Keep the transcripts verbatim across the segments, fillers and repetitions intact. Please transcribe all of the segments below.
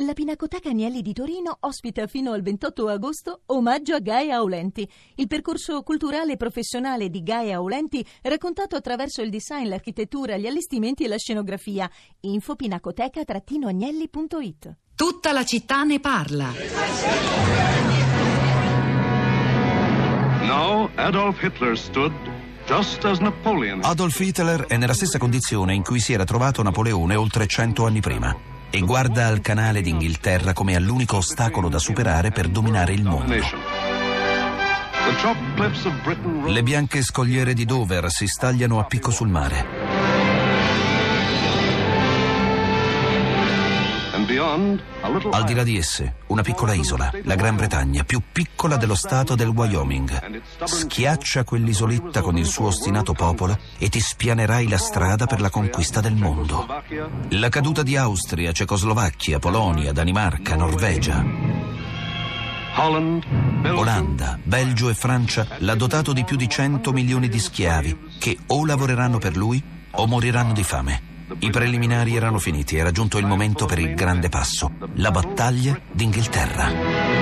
La Pinacoteca Agnelli di Torino ospita fino al ventotto agosto Omaggio a Gaia Aulenti, il percorso culturale e professionale di Gaia Aulenti raccontato attraverso il design, l'architettura, gli allestimenti e la scenografia. Info pinacoteca agnelli punto it. Tutta la città ne parla. Now Adolf Hitler stood just as Napoleon. Adolf Hitler è nella stessa condizione in cui si era trovato Napoleone oltre cento anni prima e guarda al canale d'Inghilterra come all'unico ostacolo da superare per dominare il mondo. Le bianche scogliere di Dover si stagliano a picco sul mare. Al di là di esse, una piccola isola, la Gran Bretagna, più piccola dello stato del Wyoming. Schiaccia quell'isoletta con il suo ostinato popolo e ti spianerai la strada per la conquista del mondo. La caduta di Austria, Cecoslovacchia, Polonia, Danimarca, Norvegia, Olanda, Belgio e Francia l'ha dotato di più di cento milioni di schiavi che o lavoreranno per lui o moriranno di fame. I preliminari erano finiti, era giunto il momento per il grande passo, la battaglia d'Inghilterra.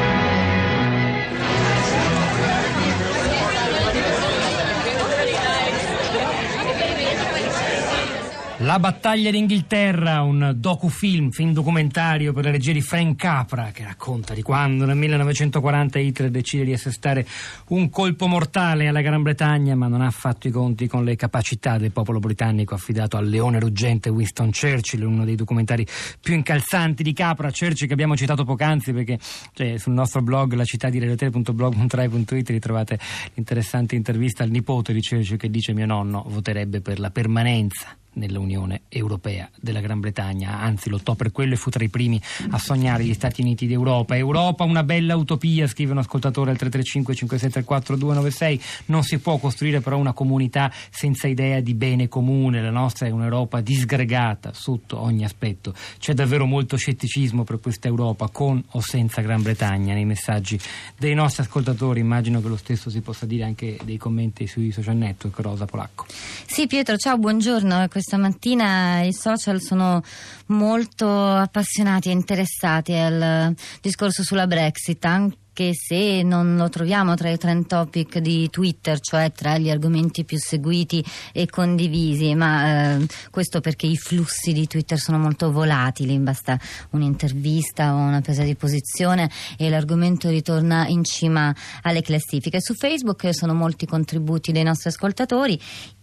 La battaglia d'Inghilterra, un docufilm, film documentario per la regia di Frank Capra, che racconta di quando nel millenovecentoquaranta Hitler decide di assestare un colpo mortale alla Gran Bretagna, ma non ha fatto i conti con le capacità del popolo britannico affidato al leone ruggente Winston Churchill, uno dei documentari più incalzanti di Capra. Churchill che abbiamo citato poc'anzi perché cioè, sul nostro blog, la città di radio tele punto blog punto rai punto it, ritrovate l'interessante intervista al nipote di Churchill che dice: mio nonno voterebbe per la permanenza nell'Unione Europea della Gran Bretagna, anzi lottò per quello e fu tra i primi a sognare gli Stati Uniti d'Europa. Europa, una bella utopia, scrive un ascoltatore al tre tre cinque cinque sei tre quattro due nove sei. Non si può costruire però una comunità senza idea di bene comune. La nostra è un'Europa disgregata sotto ogni aspetto. C'è davvero molto scetticismo per questa Europa, con o senza Gran Bretagna, nei messaggi dei nostri ascoltatori. Immagino che lo stesso si possa dire anche dei commenti sui social network. Rosa Polacco. Sì, Pietro, ciao, buongiorno. Questa mattina i social sono molto appassionati e interessati al discorso sulla Brexit, anche se non lo troviamo tra i trend topic di Twitter, cioè tra gli argomenti più seguiti e condivisi, ma eh, questo perché i flussi di Twitter sono molto volatili, basta un'intervista o una presa di posizione e l'argomento ritorna in cima alle classifiche. Su Facebook sono molti contributi dei nostri ascoltatori,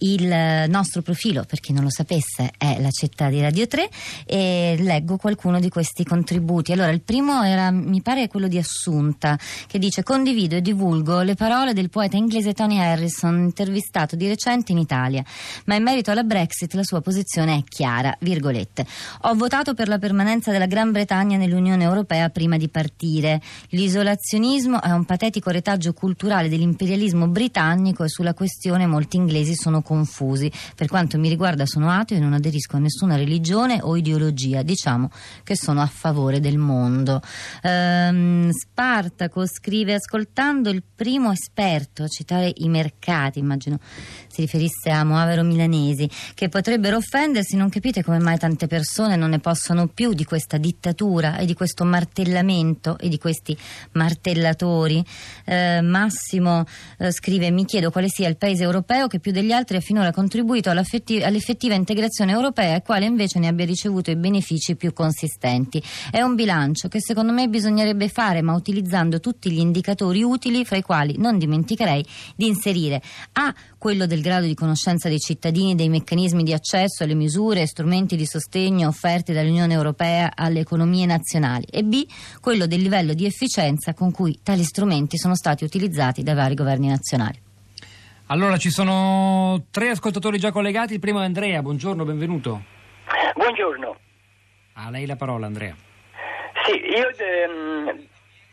il nostro profilo, per chi non lo sapesse, è La Città di Radio tre e leggo qualcuno di questi contributi. Allora, il primo era, mi pare, quello di Assunta, che dice: condivido e divulgo le parole del poeta inglese Tony Harrison, intervistato di recente in Italia, ma in merito alla Brexit la sua posizione è chiara, virgolette: ho votato per la permanenza della Gran Bretagna nell'Unione Europea prima di partire. L'isolazionismo è un patetico retaggio culturale dell'imperialismo britannico e sulla questione molti inglesi sono confusi. Per quanto mi riguarda sono ateo e non aderisco a nessuna religione o ideologia, diciamo che sono a favore del mondo. ehm, Sparta scrive: ascoltando il primo esperto a citare i mercati, immagino si riferisse a Moavero Milanesi, che potrebbero offendersi, non capite come mai tante persone non ne possono più di questa dittatura e di questo martellamento e di questi martellatori. eh, Massimo eh, scrive: mi chiedo quale sia il paese europeo che più degli altri ha finora contribuito all'effettiva integrazione europea e quale invece ne abbia ricevuto i benefici più consistenti. È un bilancio che secondo me bisognerebbe fare, ma utilizzando tutti gli indicatori utili, fra i quali non dimenticherei di inserire A. quello del grado di conoscenza dei cittadini dei meccanismi di accesso alle misure e strumenti di sostegno offerti dall'Unione Europea alle economie nazionali, e B. quello del livello di efficienza con cui tali strumenti sono stati utilizzati dai vari governi nazionali. Allora, ci sono tre ascoltatori già collegati. Il primo è Andrea, buongiorno, benvenuto. Buongiorno. A lei la parola, Andrea. Sì, io ehm,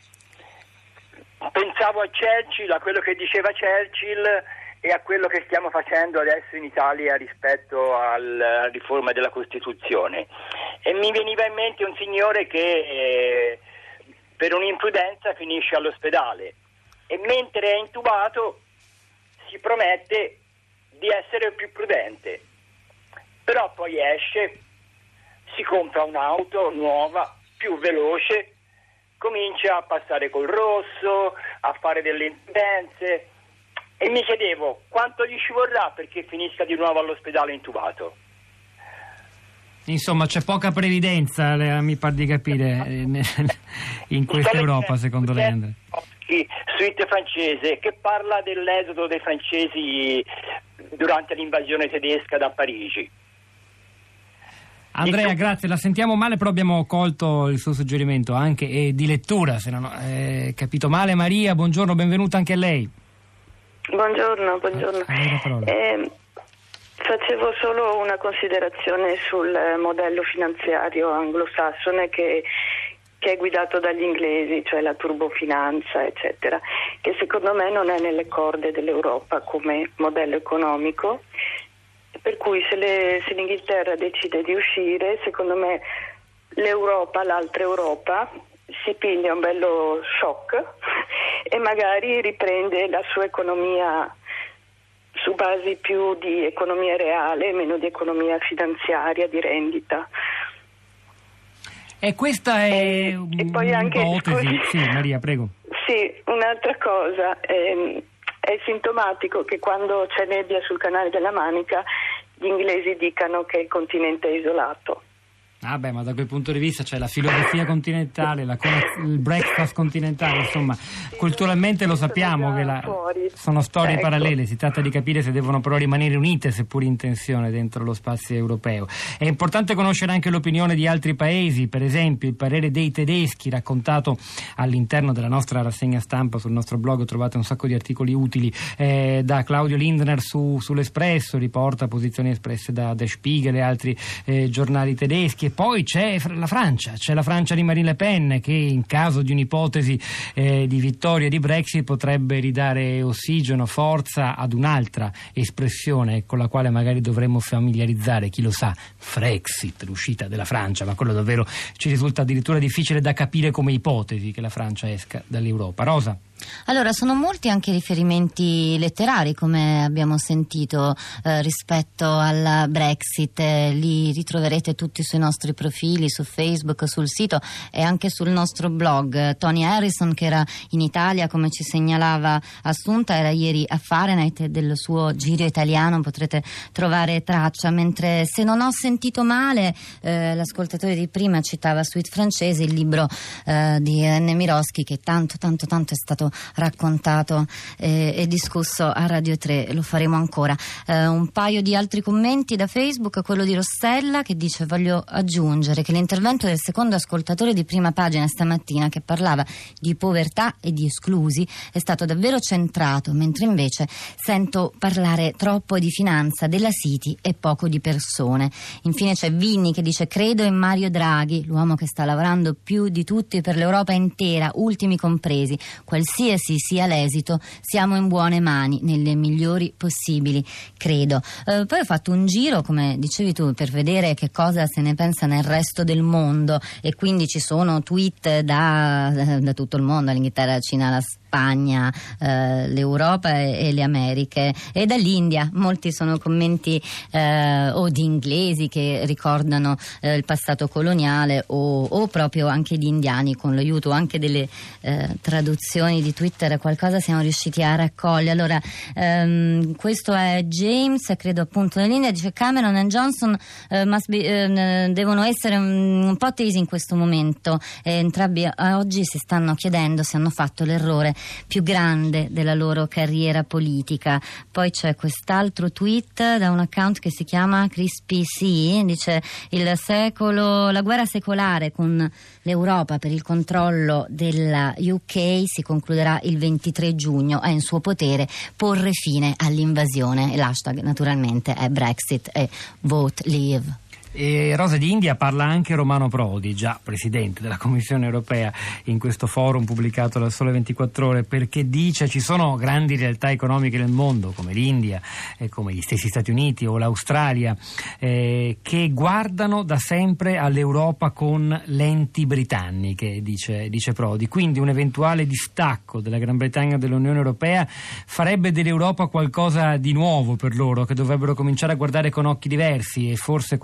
pensavo a Churchill, a quello che diceva Churchill e a quello che stiamo facendo adesso in Italia rispetto alla riforma della Costituzione, e mi veniva in mente un signore che eh, per un'imprudenza finisce all'ospedale e mentre è intubato si promette di essere più prudente, però poi esce, si compra un'auto nuova, più veloce, comincia a passare col rosso, a fare delle intendenze, e mi chiedevo quanto gli ci vorrà perché finisca di nuovo all'ospedale intubato. Insomma, c'è poca previdenza, mi par di capire, in questa Europa, secondo lei, Andrea. Suite francese, che parla dell'esodo dei francesi durante l'invasione tedesca da Parigi. Andrea, grazie, la sentiamo male, però abbiamo colto il suo suggerimento anche eh, di lettura, se non ho eh, capito male. Maria, buongiorno, benvenuta anche a lei. Buongiorno, buongiorno. Eh, facevo solo una considerazione sul modello finanziario anglosassone che, che è guidato dagli inglesi, cioè la turbofinanza, eccetera, che secondo me non è nelle corde dell'Europa come modello economico. Per cui se, le, se l'Inghilterra decide di uscire, secondo me l'Europa, l'altra Europa, si piglia un bello shock e magari riprende la sua economia su basi più di economia reale, meno di economia finanziaria, di rendita. E questa è e, e poi anche, un'ipotesi. Scusi, sì, Maria, prego. Sì, un'altra cosa. Ehm, È sintomatico che quando c'è nebbia sul canale della Manica gli inglesi dicano che il continente è isolato. Ah beh, ma da quel punto di vista c'è la filosofia continentale, la, il breakfast continentale, insomma, culturalmente lo sappiamo che la, sono storie ecco. parallele, si tratta di capire se devono però rimanere unite, seppur in tensione, dentro lo spazio europeo. È importante conoscere anche l'opinione di altri paesi, per esempio il parere dei tedeschi raccontato all'interno della nostra rassegna stampa sul nostro blog, trovate un sacco di articoli utili eh, da Claudio Lindner su, sull'Espresso, riporta posizioni espresse da Der Spiegel e altri eh, giornali tedeschi. E poi c'è la Francia, c'è la Francia di Marine Le Pen che in caso di un'ipotesi eh, di vittoria di Brexit potrebbe ridare ossigeno, forza ad un'altra espressione con la quale magari dovremmo familiarizzare, chi lo sa, Frexit, l'uscita della Francia, ma quello davvero ci risulta addirittura difficile da capire come ipotesi che la Francia esca dall'Europa. Rosa? Allora, sono molti anche riferimenti letterari, come abbiamo sentito, eh, rispetto alla Brexit. Eh, li ritroverete tutti sui nostri profili, su Facebook, sul sito e anche sul nostro blog. Tony Harrison, che era in Italia, come ci segnalava Assunta, era ieri a Fahrenheit e del suo giro italiano potrete trovare traccia, mentre se non ho sentito male eh, l'ascoltatore di prima citava Suite francese, il libro eh, di N. Miroschi, che tanto tanto tanto è stato raccontato eh, e discusso a Radio tre, lo faremo ancora. Eh, un paio di altri commenti da Facebook, quello di Rossella che dice: voglio aggiungere che l'intervento del secondo ascoltatore di prima pagina stamattina, che parlava di povertà e di esclusi, è stato davvero centrato, mentre invece sento parlare troppo di finanza della City e poco di persone. Infine c'è Vinni che dice: credo in Mario Draghi, l'uomo che sta lavorando più di tutti per l'Europa intera, ultimi compresi. Qualsiasi sia l'esito, siamo in buone mani, nelle migliori possibili, credo. Eh, poi ho fatto un giro, come dicevi tu, per vedere che cosa se ne pensa nel resto del mondo, e quindi ci sono tweet da, da tutto il mondo, l'Inghilterra, la Cina, la Spagna, eh, l'Europa e, e le Americhe, e dall'India molti sono commenti eh, o di inglesi che ricordano eh, il passato coloniale o, o proprio anche di indiani, con l'aiuto anche delle eh, traduzioni di Twitter qualcosa siamo riusciti a raccogliere. Allora ehm, questo è James, credo appunto nell'India, dice: Cameron e Johnson eh, must be, eh, devono essere un, un po' tesi in questo momento, e entrambi eh, oggi si stanno chiedendo se hanno fatto l'errore più grande della loro carriera politica. Poi c'è quest'altro tweet da un account che si chiama Crispy C, dice: il secolo, la guerra secolare con l'Europa per il controllo della U K si concluderà il ventitré giugno, è in suo potere porre fine all'invasione, e l'hashtag naturalmente è Brexit e Vote Leave. E Rosa di India parla anche Romano Prodi, già presidente della Commissione Europea, in questo forum pubblicato dal Sole ventiquattro Ore, perché dice: ci sono grandi realtà economiche nel mondo come l'India, eh, come gli stessi Stati Uniti o l'Australia, eh, che guardano da sempre all'Europa con lenti britanniche, dice, dice Prodi. Quindi un eventuale distacco della Gran Bretagna dall'Unione Europea farebbe dell'Europa qualcosa di nuovo per loro, che dovrebbero cominciare a guardare con occhi diversi, e forse questo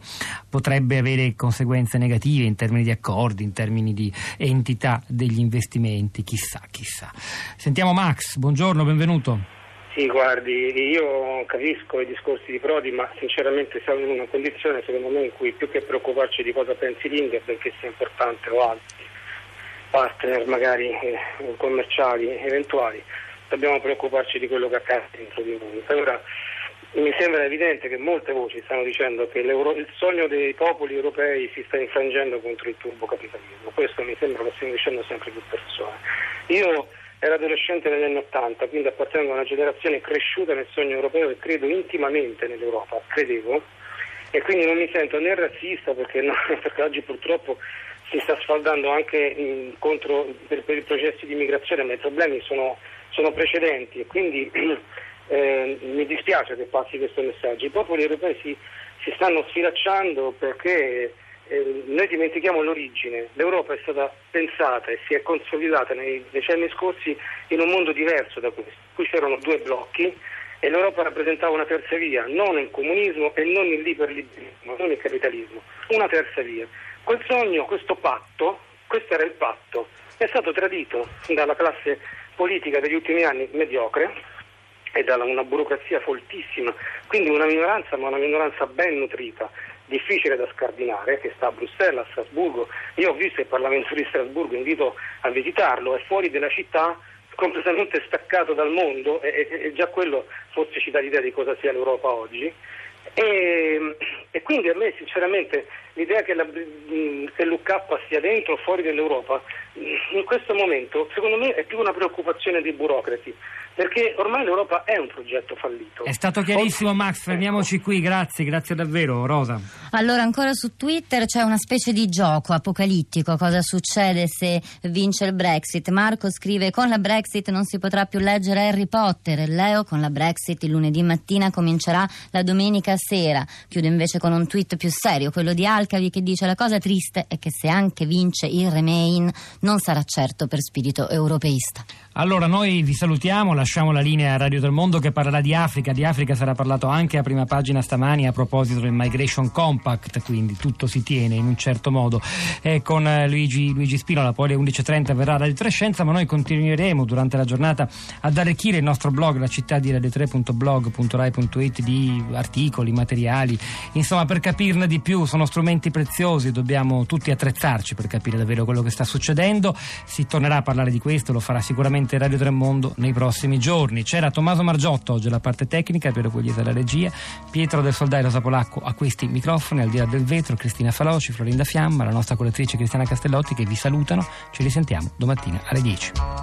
potrebbe avere conseguenze negative in termini di accordi, in termini di entità degli investimenti, chissà, chissà. Sentiamo Max, buongiorno, benvenuto. Sì, guardi, io capisco i discorsi di Prodi, ma sinceramente siamo in una condizione, secondo me, in cui più che preoccuparci di cosa pensi l'India, benché sia importante, o altri partner magari eh, commerciali eventuali, dobbiamo preoccuparci di quello che accade dentro di noi. Allora, mi sembra evidente che molte voci stanno dicendo che il sogno dei popoli europei si sta infrangendo contro il turbocapitalismo. Questo mi sembra lo stiano dicendo sempre più persone. Io ero adolescente negli anni Ottanta, quindi appartengo a una generazione cresciuta nel sogno europeo e credo intimamente nell'Europa, credevo, e quindi non mi sento né razzista, perché, no, perché oggi purtroppo si sta sfaldando anche in, contro per, per i processi di migrazione, ma i problemi sono, sono precedenti e quindi eh, mi dispiace che passi questo messaggio. I popoli europei si, si stanno sfilacciando perché eh, noi dimentichiamo l'origine. L'Europa è stata pensata e si è consolidata nei decenni scorsi in un mondo diverso da questo. Qui c'erano due blocchi e l'Europa rappresentava una terza via, non il comunismo e non il liberalismo, non il capitalismo, una terza via. Quel sogno, questo patto, questo era il patto, è stato tradito dalla classe politica degli ultimi anni mediocre e da una burocrazia foltissima, quindi una minoranza, ma una minoranza ben nutrita, difficile da scardinare, che sta a Bruxelles, a Strasburgo. Io ho visto il Parlamento di Strasburgo, invito a visitarlo, è fuori della città, completamente staccato dal mondo, e, e, e già quello forse ci dà l'idea di cosa sia l'Europa oggi. E, e quindi a me sinceramente l'idea che, la, che l'U K stia dentro o fuori dell'Europa in questo momento secondo me è più una preoccupazione dei burocrati, perché ormai l'Europa è un progetto fallito. È stato chiarissimo Max, fermiamoci qui, grazie, grazie davvero. Rosa. Allora, ancora su Twitter c'è una specie di gioco apocalittico, cosa succede se vince il Brexit. Marco scrive: con la Brexit non si potrà più leggere Harry Potter. Leo: con la Brexit il lunedì mattina comincerà la domenica sera. Chiude invece con un tweet più serio, quello di Alcavi, che dice: la cosa triste è che se anche vince il Remain non sarà certo per spirito europeista. Allora noi vi salutiamo, lasciamo la linea a Radio del Mondo che parlerà di Africa. Di Africa sarà parlato anche a prima pagina stamani a proposito del Migration Compact, quindi tutto si tiene in un certo modo. E con Luigi, Luigi Spinola, poi alle undici e trenta verrà Radio tre Scienza, ma noi continueremo durante la giornata ad arricchire il nostro blog, la città di radio tre punto blog punto rai punto it, di articoli, materiali, insomma, per capirne di più. Sono strumenti preziosi, dobbiamo tutti attrezzarci per capire davvero quello che sta succedendo. Si tornerà a parlare di questo, lo farà sicuramente Radio tre Mondo nei prossimi giorni. C'era Tommaso Margiotto oggi alla parte tecnica, Piero Pugliese alla regia, Pietro del Soldai e Rosa Polacco a questi microfoni, al di là del vetro Cristina Faloci, Florinda Fiamma, la nostra correttrice Cristiana Castellotti, che vi salutano. Ci risentiamo domattina alle dieci.